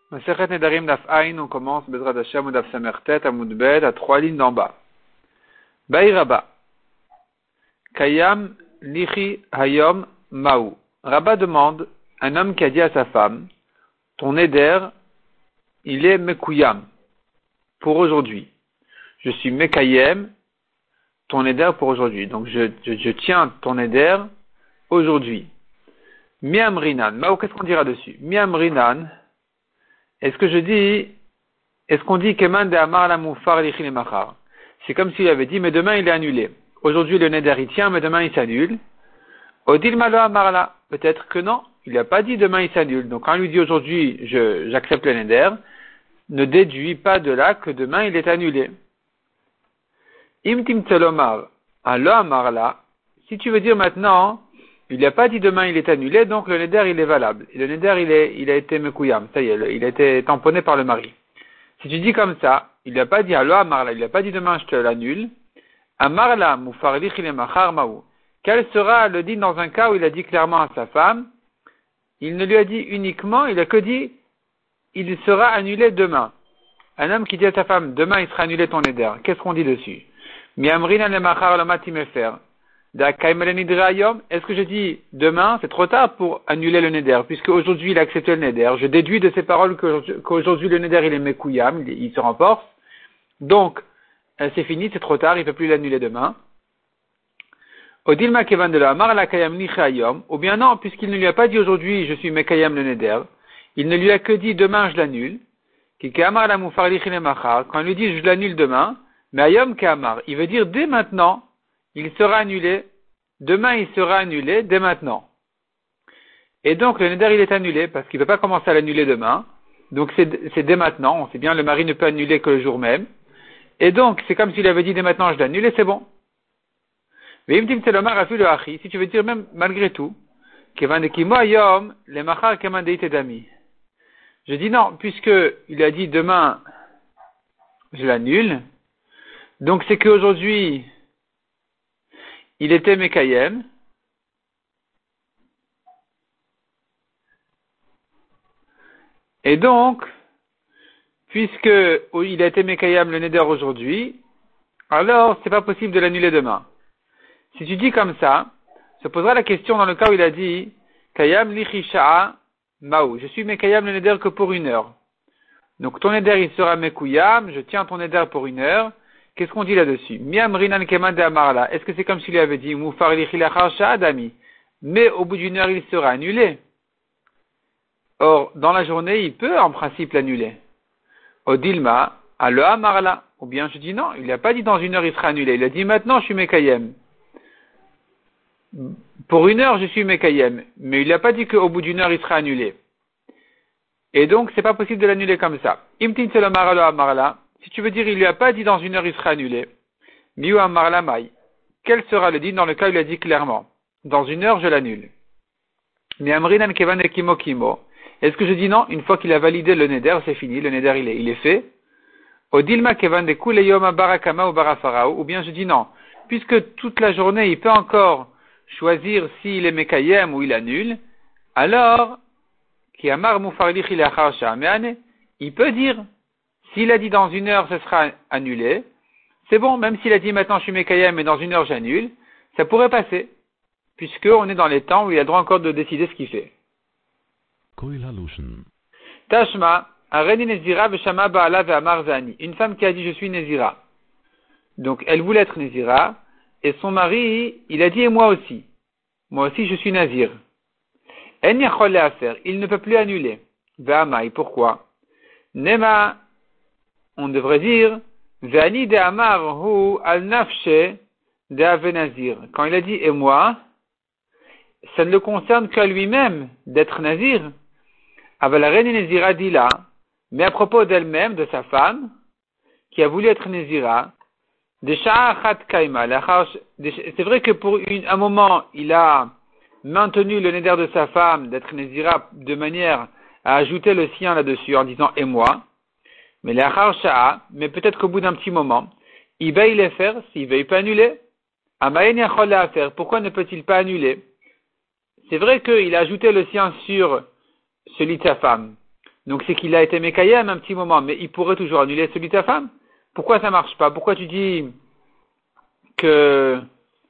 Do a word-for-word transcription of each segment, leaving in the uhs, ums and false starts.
Masechet Nedarim Daf Ain, on commence Bezrat Hashem ou Daf Samertet, Amud Bet, à trois lignes d'en bas. Baï-Rabba. Kayam Lichi Hayom Maou. Rabba demande, un homme qui a dit à sa femme, ton éder, il est Mekuyam, pour aujourd'hui. Je suis Mekayem, ton éder pour aujourd'hui. Donc je, je, je tiens ton éder aujourd'hui. Miamrinan. Maou, qu'est-ce qu'on dira dessus? Miamrinan. Est-ce que je dis, est-ce qu'on dit Keman de Amar la Moufar Lichi le Machar? C'est comme s'il avait dit, mais demain il est annulé. Aujourd'hui le Neder il tient, mais demain il s'annule. Odil Malo Amar la. Peut-être que non, il n'a pas dit demain il s'annule. Donc quand on lui dit aujourd'hui je, j'accepte le Neder, ne déduis pas de là que demain il est annulé. Imtim Tselomar, Alo Amar la. Si tu veux dire maintenant, il n'a pas dit demain il est annulé, donc le Neder il est valable. Et le Neder il, est, il a été Mekouyam, ça y est, il a été tamponné par le mari. Si tu dis comme ça, il n'a pas dit Alo Amarla, il n'a pas dit demain je te l'annule. Amarla, Moufarlich il est Machar Maou. Quel sera le din dans un cas où il a dit clairement à sa femme, il ne lui a dit uniquement, il a que dit il sera annulé demain. Un homme qui dit à sa femme demain il sera annulé ton Neder, qu'est-ce qu'on dit dessus? Miamrina le Machar le Matimefer. Est-ce que je dis demain, c'est trop tard pour annuler le Neder, puisque aujourd'hui il a accepté le Neder. Je déduis de ces paroles qu'aujourd'hui le Neder il est Mekouyam, il, il se renforce. Donc, c'est fini, c'est trop tard, il ne peut plus l'annuler demain. Odilma Kevan de la Amar la Kayam Nichayom, ou bien non, puisqu'il ne lui a pas dit aujourd'hui je suis Mekayam le Neder, il ne lui a que dit demain je l'annule. Kikamar la Moufar Lichine Machar, quand il lui dit je l'annule demain, mais Ayom Kamar, il veut dire dès maintenant, il sera annulé, demain il sera annulé, dès maintenant. Et donc le Neder il est annulé, parce qu'il ne peut pas commencer à l'annuler demain, donc c'est, c'est dès maintenant, on sait bien le mari ne peut annuler que le jour même, et donc c'est comme s'il avait dit dès maintenant je l'annule et c'est bon. Mais il me dit Selomar a fait le Hachi, si tu veux dire même malgré tout, Kevan de Kimo Ayom, les Machar Keman Deite Dami. Je dis non, puisque il a dit demain je l'annule, donc c'est qu'aujourd'hui il était Mekayem, et donc, puisque il a été Mekayem le Neder aujourd'hui, alors c'est pas possible de l'annuler demain. Si tu dis comme ça, se posera la question dans le cas où il a dit Kayam Lichisha'a Maou, je suis Mekayem le Neder que pour une heure. Donc ton Neder il sera Mekouyam, je tiens ton Neder pour une heure. Qu'est-ce qu'on dit là-dessus? Miam rinan keman de amarla. Est-ce que c'est comme s'il lui avait dit Moufar lichilachar sha'adami? Mais au bout d'une heure, il sera annulé. Or, dans la journée, il peut en principe l'annuler. Odilma, alo amarla. Ou bien je dis non, il n'a pas dit dans une heure il sera annulé. Il a dit maintenant je suis Mekayem. Pour une heure je suis Mekayem. Mais il n'a pas dit qu'au bout d'une heure il sera annulé. Et donc, c'est pas possible de l'annuler comme ça. Imtin selomar alo amarla. Si tu veux dire, il lui a pas dit dans une heure il sera annulé. Miu amar la maï. Quel sera le dit dans le cas où il a dit clairement? Dans une heure, je l'annule. Mi amrinan kevan ekimo kimo. Est-ce que je dis non? Une fois qu'il a validé le neder, c'est fini. Le neder, il est, il est fait. Odilma kevan de kule yoma barakama ou barafarao. Ou bien je dis non. Puisque toute la journée, il peut encore choisir s'il est mekayem ou il annule. Alors, ki amar mufarlich il achar sha'ameane. Il peut dire, s'il a dit dans une heure, ce sera annulé, c'est bon, même s'il a dit maintenant je suis Mekayem et dans une heure j'annule, ça pourrait passer, puisqu'on est dans les temps où il a le droit encore de décider ce qu'il fait. Tashma, Areni Nezira Veshama Baala Ve'amar Zani. Une femme qui a dit je suis Nezira. Donc elle voulait être Nezira, et son mari, il a dit et moi aussi. Moi aussi je suis Nazir. En yachol le'afer, il ne peut plus annuler. Ve'amai, pourquoi? Nema, on devrait dire, Vani de Amar hu al nafshe de Avenazir. Quand il a dit et moi, ça ne le concerne qu'à lui-même d'être nazir. Aval la reine Nazira dit là, mais à propos d'elle-même, de sa femme, qui a voulu être nazira, de sha'achat kaima. C'est vrai que pour une, un moment, il a maintenu le neder de sa femme d'être nazira de manière à ajouter le sien là-dessus en disant et moi. Mais l'achar sha'a, mais peut-être qu'au bout d'un petit moment, il va y les faire, s'il veut pas annuler. Amayen yachol la faire, pourquoi ne peut-il pas annuler? C'est vrai qu'il a ajouté le sien sur celui de sa femme. Donc c'est qu'il a été Mekayem un petit moment, mais il pourrait toujours annuler celui de sa femme. Pourquoi ça marche pas? Pourquoi tu dis que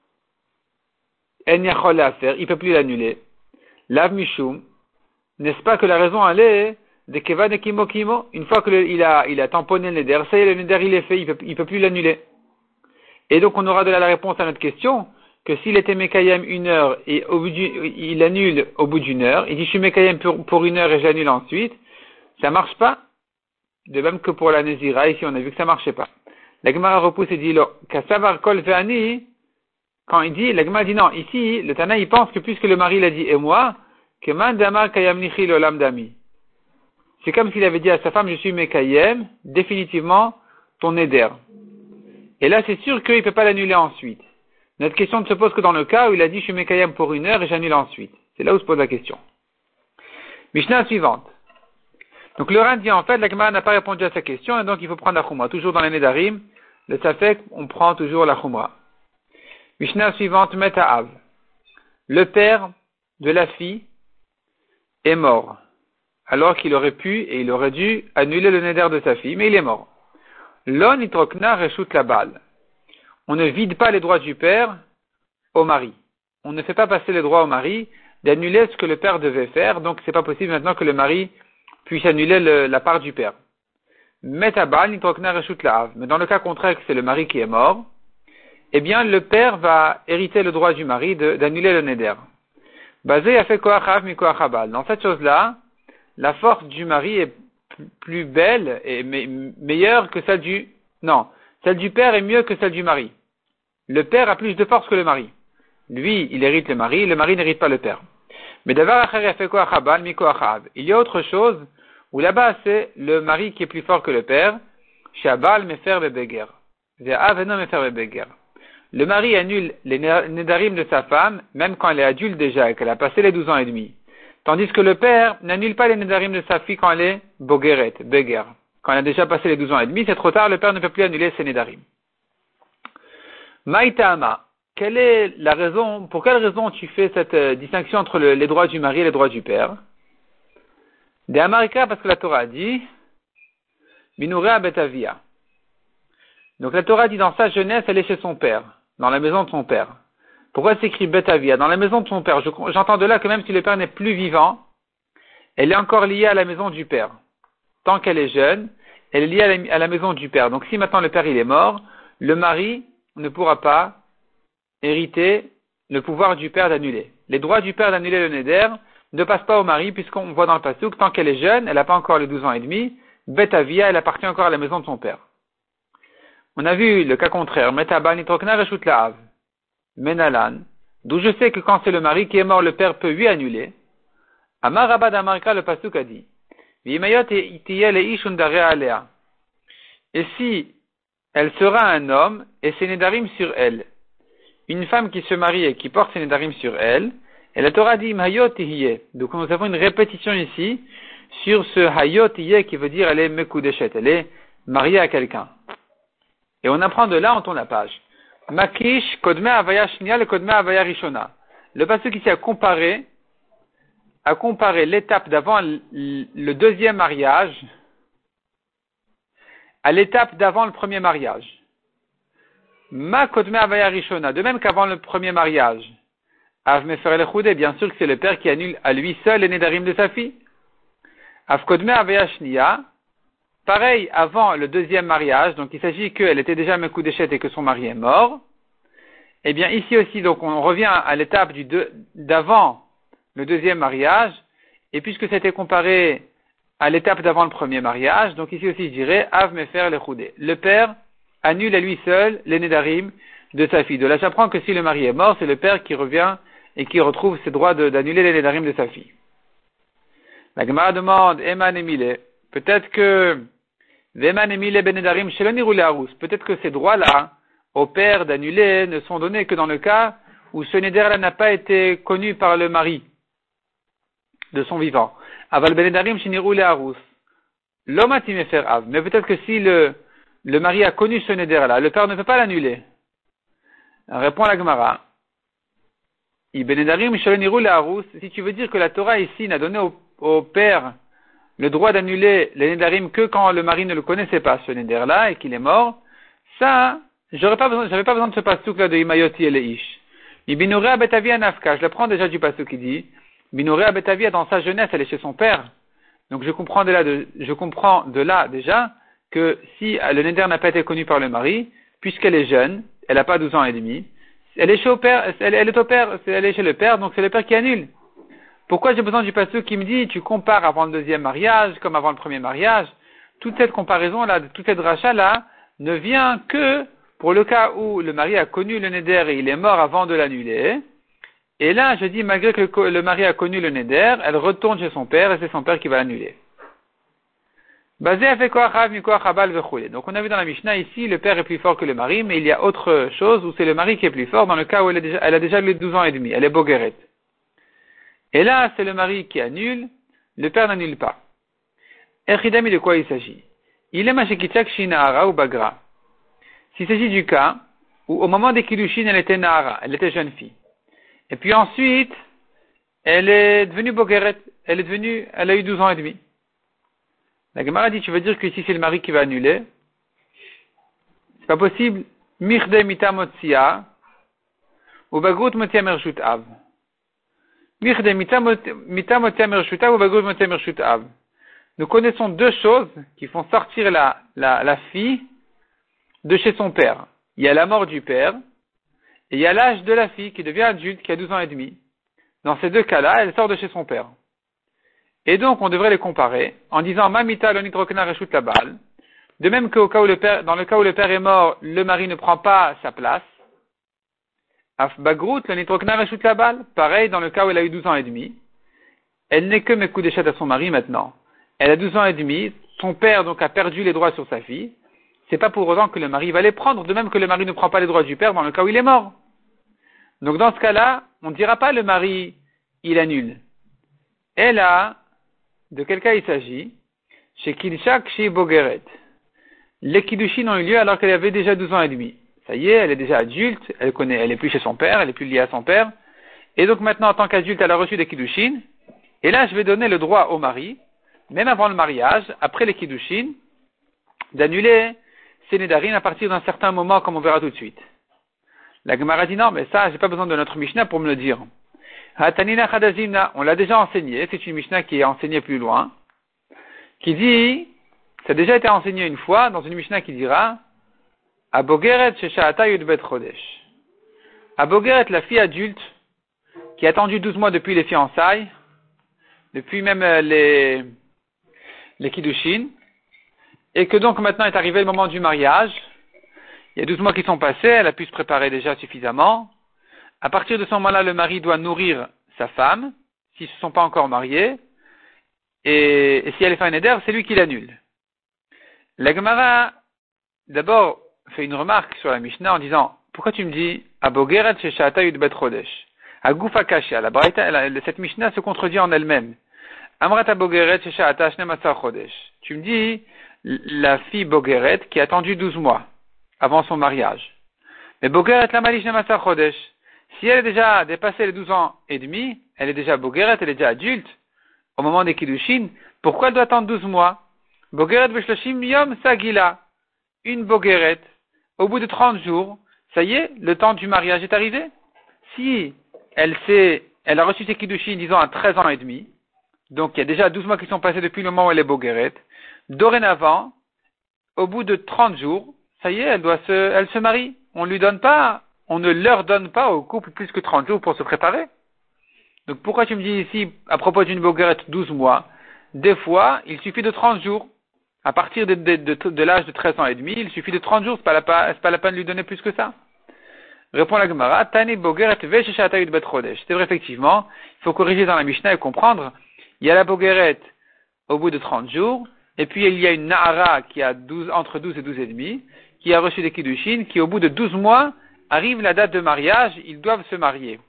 En Yachol à faire, il peut plus l'annuler? Lav Mishum, n'est-ce pas que la raison elle est de Keva de Kimo Kimo? Une fois que le, il a il a tamponné le neder, ça y est, le neder il est fait, il peut, il peut plus l'annuler. Et donc on aura de là la réponse à notre question, que s'il était Mekayem une heure et au bout du, il annule au bout d'une heure, il dit je suis Mekayem pour, pour une heure et j'annule ensuite, ça marche pas. De même que pour la Nézira, ici on a vu que ça marchait pas. La Gemara repousse et dit, Kassavar Kol Ve'ani, quand il dit, la Gemara dit non, ici, le Tana il pense que puisque le mari l'a dit et moi, que Man Damar Kayam Nichi Lolam Dami. C'est comme s'il avait dit à sa femme, je suis Mekayem, définitivement ton Neder. Et là c'est sûr qu'il ne peut pas l'annuler ensuite. Notre question ne se pose que dans le cas où il a dit je suis Mekayem pour une heure et j'annule ensuite. C'est là où se pose la question. Mishnah suivante. Donc le Ran dit en fait, la Gemara n'a pas répondu à sa question et donc il faut prendre la Khumra. Toujours dans les Nedarim, le Safek, on prend toujours la Khumra. Mishnah suivante, Meta'av. Le père de la fille est mort, alors qu'il aurait pu et il aurait dû annuler le Neder de sa fille, mais il est mort. L'on itrokna reshut la balle. On ne vide pas les droits du père au mari. On ne fait pas passer les droits au mari d'annuler ce que le père devait faire, donc c'est pas possible maintenant que le mari puisse annuler le, la part du père. Mais dans le cas contraire, que c'est le mari qui est mort, eh bien, le père va hériter le droit du mari de, d'annuler le neder. Basé a fait koachav mi koachabal. Dans cette chose-là, la force du mari est plus belle et me, meilleure que celle du, non, celle du père est mieux que celle du mari. Le père a plus de force que le mari. Lui, il hérite le mari, le mari n'hérite pas le père. Mais d'avoir a fait koachabal mi koachav. Il y a autre chose, où là-bas, c'est le mari qui est plus fort que le père. Shabal mefer bebeger. Ve'aveno mefer bebeger. Le mari annule les nedarim de sa femme, même quand elle est adulte déjà et qu'elle a passé les douze ans et demi. Tandis que le père n'annule pas les nedarim de sa fille quand elle est bogeret, beger. Quand elle a déjà passé les douze ans et demi, c'est trop tard, le père ne peut plus annuler ses nedarim. Maïtama. Quelle est la raison, pour quelle raison tu fais cette euh, distinction entre le, les droits du mari et les droits du père? De Amarika, parce que la Torah dit, Binourea betavia. Donc la Torah dit dans sa jeunesse, elle est chez son père, dans la maison de son père. Pourquoi s'écrit betavia? Dans la maison de son père. Je, j'entends de là que même si le père n'est plus vivant, elle est encore liée à la maison du père. Tant qu'elle est jeune, elle est liée à la, à la maison du père. Donc si maintenant le père il est mort, le mari ne pourra pas hériter le pouvoir du père d'annuler. Les droits du père d'annuler le neder ne passe pas au mari, puisqu'on voit dans le pasuk, tant qu'elle est jeune, elle n'a pas encore les douze ans et demi, betavia, elle appartient encore à la maison de son père. On a vu le cas contraire, metabal nitrokna reshut la'av, menalan, d'où je sais que quand c'est le mari qui est mort, le père peut lui annuler. Amar Rabba d'Amarka, le pasuk a dit, v'imayot itiyel e ishundare alea. Et si elle sera un homme, et ses nedarim sur elle, une femme qui se marie et qui porte ses nedarim sur elle, et la Torah dit hayot hiye. Donc nous avons une répétition ici sur ce hayot hiye qui veut dire elle est mekudeshet, elle est mariée à quelqu'un. Et on apprend de là, on tourne la page. Makish kodme avaya shnia le kodme avaya rishona. Le pasuk ici a comparé, a comparé l'étape d'avant le deuxième mariage à l'étape d'avant le premier mariage. Ma kodme avaya rishona. De même qu'avant le premier mariage. Av mefer lechoudé, bien sûr que c'est le père qui annule à lui seul les nedarim de sa fille. Av kodme avaya shnia. Pareil, avant le deuxième mariage, donc il s'agit qu'elle était déjà mekudeshet et que son mari est mort. Eh bien, ici aussi, donc on revient à l'étape du deux, d'avant le deuxième mariage, et puisque c'était comparé à l'étape d'avant le premier mariage, donc ici aussi je dirais, Av mefer lechoudé. Le père annule à lui seul les nedarim de sa fille. De là, j'apprends que si le mari est mort, c'est le père qui revient et qui retrouve ses droits de, d'annuler les nedarim de sa fille. La Gemara demande, Eman Emile, peut-être que Peut-être que ces droits-là, au père d'annuler, ne sont donnés que dans le cas où ce neder-là n'a pas été connu par le mari de son vivant. Aval benedarim sheniru leharus. L'homme a timé av. Mais peut-être que si le, le mari a connu ce neder-là, le père ne peut pas l'annuler. Répond la Gemara. Si tu veux dire que la Torah ici n'a donné au, au père le droit d'annuler les Nédarim que quand le mari ne le connaissait pas, ce Néder-là, et qu'il est mort, ça, j'aurais pas besoin, j'avais pas besoin de ce pasouk-là de Imayoti et Leish. Mais Binorea Betavia Nafka, je le prends déjà du pasouk qui dit, Binorea Betavia dans sa jeunesse, elle est chez son père. Donc je comprends de là, de, je comprends de là déjà, que si le Néder n'a pas été connu par le mari, puisqu'elle est jeune, elle n'a pas douze ans et demi, elle est chez au père, elle, elle est au père, elle est chez le père, donc c'est le père qui annule. Pourquoi j'ai besoin du pasteur qui me dit, tu compares avant le deuxième mariage, comme avant le premier mariage? Toute cette comparaison-là, toute cette rachat-là, ne vient que pour le cas où le mari a connu le Néder et il est mort avant de l'annuler. Et là, je dis, malgré que le mari a connu le Néder, elle retourne chez son père et c'est son père qui va l'annuler. Basé à fait quoi, donc on a vu dans la Mishnah ici, le père est plus fort que le mari, mais il y a autre chose où c'est le mari qui est plus fort dans le cas où elle, est déjà, elle a déjà les douze ans et demi, elle est bogueret. Et là, c'est le mari qui annule, le père n'annule pas. Echidami, de quoi il s'agit? Il est mashekitchak shinahara ou bagra. S'il s'agit du cas où au moment des kiddushin, elle était nahara, elle était jeune fille. Et puis ensuite, elle est devenue bogueret, elle est devenue, elle a eu douze ans et demi. La Gemara dit, tu veux dire que ici c'est le mari qui va annuler? C'est pas possible. Mirde mita motsia, ou bagrut motia mershut av. Mirde mita motia mershut av, ou bagrut motia mershut av. Nous connaissons deux choses qui font sortir la, la, la fille de chez son père. Il y a la mort du père, et il y a l'âge de la fille qui devient adulte, qui a douze ans et demi. Dans ces deux cas-là, elle sort de chez son père. Et donc, on devrait les comparer en disant Mamita l'onitrokna reshut la balle. De même qu'au cas où le père, dans le cas où le père est mort, le mari ne prend pas sa place. Af bagrout l'onitrokna reshut la balle. Pareil, dans le cas où elle a eu douze ans et demi. Elle n'est que mekudeshet à son mari maintenant. Elle a douze ans et demi. Son père, donc, a perdu les droits sur sa fille. C'est pas pour autant que le mari va les prendre. De même que le mari ne prend pas les droits du père dans le cas où il est mort. Donc, dans ce cas-là, on ne dira pas le mari, il annule. Elle a, de quel cas il s'agit? Chez Kilshak, chez Bogeret. Les Kiddushin ont eu lieu alors qu'elle avait déjà douze ans et demi. Ça y est, elle est déjà adulte, elle connaît, elle est plus chez son père, elle est plus liée à son père. Et donc maintenant, en tant qu'adulte, elle a reçu des Kiddushin. Et là, je vais donner le droit au mari, même avant le mariage, après les Kiddushin, d'annuler ses Nédarim à partir d'un certain moment, comme on verra tout de suite. La Gemara dit non, mais ça, j'ai pas besoin de notre Mishnah pour me le dire. Hatanina Chadazimna, on l'a déjà enseigné, c'est une Mishnah qui est enseignée plus loin, qui dit, ça a déjà été enseigné une fois, dans une Mishnah qui dira, Abogeret Shesha'ata Yudbet Chodesh. Abogeret, la fille adulte, qui a attendu douze mois depuis les fiançailles, depuis même les, les Kiddushin, et que donc maintenant est arrivé le moment du mariage, il y a douze mois qui sont passés, elle a pu se préparer déjà suffisamment. À partir de ce moment-là, le mari doit nourrir sa femme, s'ils ne se sont pas encore mariés, et, et si elle fait un éder, c'est lui qui l'annule. La Gemara, d'abord, fait une remarque sur la Mishnah en disant, pourquoi tu me dis, Abogeret Shesha'ata Yudbet Chodesh? Agufa Kashia, la Braïta, cette Mishnah se contredit en elle-même. Amrat Abogeret Shesha'ata Shnemasar Chodesh. Tu me dis, la fille Bogeret qui a attendu douze mois avant son mariage. Mais Bogeret la Malish Shnemasar Chodesh. Si elle a déjà dépassé les douze ans et demi, elle est déjà Bogeret, elle est déjà adulte, au moment des Kiddushin, pourquoi elle doit attendre douze mois? Bogeret Beshloshim Yom Sagila. Une Bogeret, au bout de trente jours, ça y est, le temps du mariage est arrivé. Si elle s'est, elle a reçu ses Kiddushin, disons, à treize ans et demi, donc il y a déjà douze mois qui sont passés depuis le moment où elle est Bogeret, dorénavant, au bout de trente jours, ça y est, elle doit se, elle se marie. On lui donne pas, on ne leur donne pas au couple plus que trente jours pour se préparer. Donc pourquoi tu me dis ici, à propos d'une Bogeret, douze mois? Des fois, il suffit de trente jours. À partir de, de, de, de l'âge de treize ans et demi, il suffit de trente jours, c'est pas la, c'est pas la peine de lui donner plus que ça. Répond la Gemara, Tani Bogeret Vesheshatayut Bet Chodesh. C'est vrai, effectivement, il faut corriger dans la Mishnah et comprendre. Il y a la Bogeret au bout de trente jours, et puis il y a une Nahara qui a douze, entre douze et douze et demi, qui a reçu des Kiddushin, qui au bout de douze mois, arrive la date de mariage, ils doivent se marier.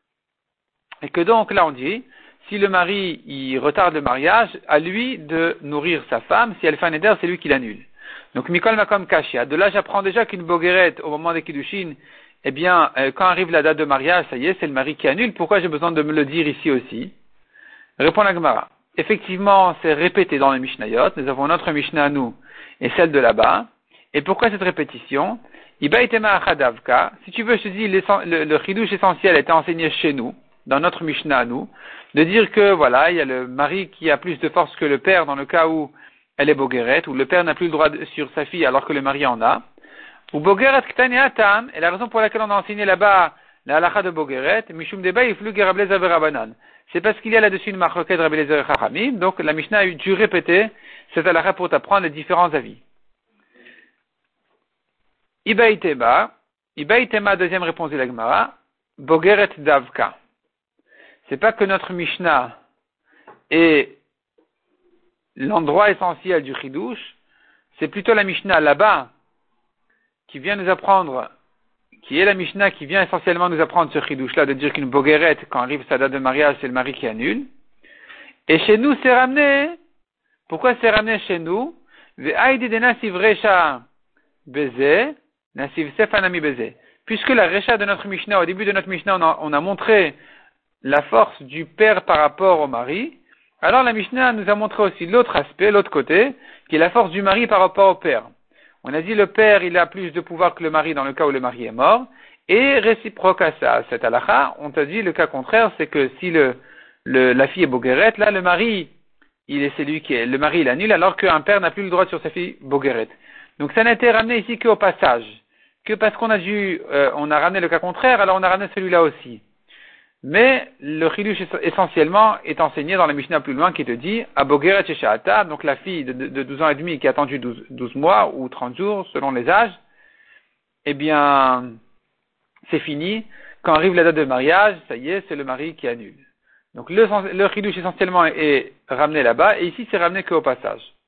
Et que donc, là on dit, si le mari, il retarde le mariage, à lui de nourrir sa femme, si elle fait un éder, c'est lui qui l'annule. Donc, Mikol Makom Kashia. De là, j'apprends déjà qu'une Bogeret, au moment des Kiddushin, eh bien, euh, quand arrive la date de mariage, ça y est, c'est le mari qui annule. Pourquoi j'ai besoin de me le dire ici aussi? Répond la Gemara. effectivement, c'est répété dans les Mishnayot. Nous avons notre Mishnah à nous et celle de là-bas. Et pourquoi cette répétition? Iba itema achadavka. Si tu veux, je te dis, le, le chidouche essentiel était enseigné chez nous, dans notre Mishnah à nous, de dire que, voilà, il y a le mari qui a plus de force que le père dans le cas où elle est bogueret, où le père n'a plus le droit de, sur sa fille alors que le mari en a. Ou bogueret ktaneatam, et la raison pour laquelle on a enseigné là-bas la halacha de bogueret, mishum deba iflu gerableza verabanan. C'est parce qu'il y a là-dessus une marloquette de Rabbi Eliezer et Chachamim, donc la Mishnah a dû répéter cette halacha pour t'apprendre les différents avis. Ibaïtema, Ibaïtema, deuxième réponse de la Gemara, Bogeret Davka. C'est pas que notre Mishnah est l'endroit essentiel du Chidouche, c'est plutôt la Mishnah là-bas qui vient nous apprendre, qui est la Mishnah qui vient essentiellement nous apprendre ce Chidouche-là, de dire qu'une Bogeret, quand arrive sa date de mariage, c'est le mari qui annule. Et chez nous, c'est ramené. Pourquoi c'est ramené chez nous? Ve'aïdi dena sivrecha beze. Puisque la récha de notre Mishnah, au début de notre Mishnah, on a, on a montré la force du père par rapport au mari, alors la Mishnah nous a montré aussi l'autre aspect, l'autre côté, qui est la force du mari par rapport au père. On a dit le père, il a plus de pouvoir que le mari dans le cas où le mari est mort, et réciproque à ça, cette halakha, on t'a dit le cas contraire, c'est que si le, le la fille est bogueret, là le mari, il est celui qui est, le mari il annule, alors qu'un père n'a plus le droit sur sa fille bogueret. Donc ça n'a été ramené ici qu'au passage, que parce qu'on a dû, euh, on a ramené le cas contraire, alors on a ramené celui-là aussi. Mais le chidush essentiellement est enseigné dans la Mishnah plus loin qui te dit Abogeret Shesha'ata, donc la fille de, de, de douze ans et demi qui a attendu douze, douze mois ou trente jours selon les âges, eh bien c'est fini. Quand arrive la date de mariage, ça y est, c'est le mari qui annule. Donc le, le chidush essentiellement est, est ramené là-bas et ici c'est ramené qu'au passage.